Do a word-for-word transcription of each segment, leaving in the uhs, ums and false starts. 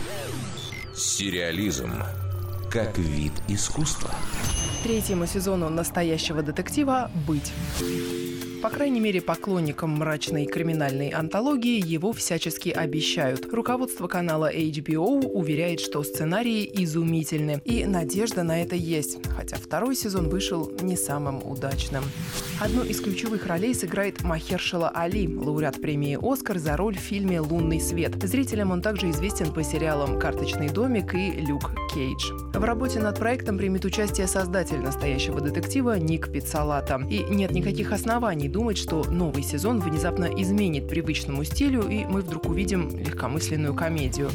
Сериализм как вид искусства. Третьему сезону настоящего детектива «Быть». По крайней мере, поклонникам мрачной криминальной антологии его всячески обещают. Руководство канала эйч би о уверяет, что сценарии изумительны. И надежда на это есть, хотя второй сезон вышел не самым удачным. Одну из ключевых ролей сыграет Махершала Али, лауреат премии «Оскар» за роль в фильме «Лунный свет». Зрителям он также известен по сериалам «Карточный домик» и «Люк Кейдж». В работе над проектом примет участие создатель настоящего детектива Ник Пиццолатто. И нет никаких оснований думать, что новый сезон внезапно изменит привычному стилю, и мы вдруг увидим легкомысленную комедию.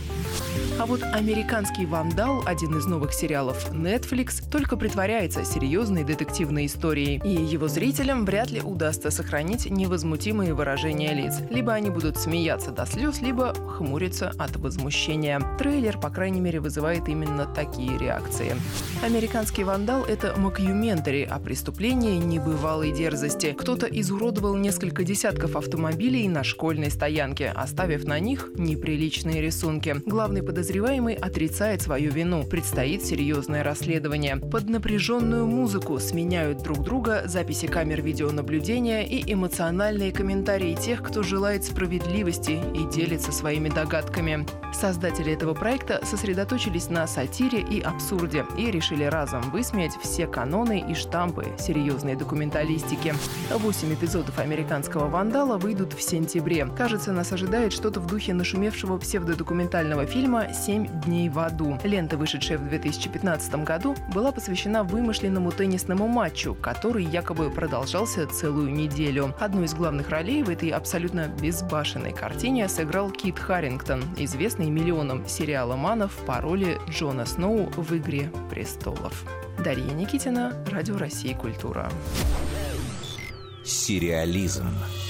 А вот «Американский вандал», один из новых сериалов Netflix, только притворяется серьезной детективной историей, и его зрителям вряд ли удастся сохранить невозмутимые выражения лиц. Либо они будут смеяться до слез, либо хмуриться от возмущения. Трейлер, по крайней мере, вызывает именно такие реакции. «Американский вандал» — это мокюментари о преступлении небывалой дерзости. Кто-то изуродовал несколько десятков автомобилей на школьной стоянке, оставив на них неприличные рисунки. Главный подозреваемый отрицает свою вину. Предстоит серьезное расследование. Под напряженную музыку сменяют друг друга записи камер видеонаблюдения и эмоциональные комментарии тех, кто желает справедливости и делится своими догадками. Создатели этого проекта сосредоточились на сатире и абсурде и решили разом высмеять все каноны и штампы серьезной документалистики. Восемь эпизодов «Американского вандала» выйдут в сентябре. Кажется, нас ожидает что-то в духе нашумевшего псевдодокументального фильма «Семь дней в аду». Лента, вышедшая в две тысячи пятнадцатом году, была посвящена вымышленному теннисному матчу, который якобы продолжался целую неделю. Одну из главных ролей в этой абсолютно безбашенной картине сыграл Кит Харингтон, известный миллионам сериаломанов по роли Джона Сноу в «Игре престолов». Дарья Никитина, Радио России «Культура». Сериализм.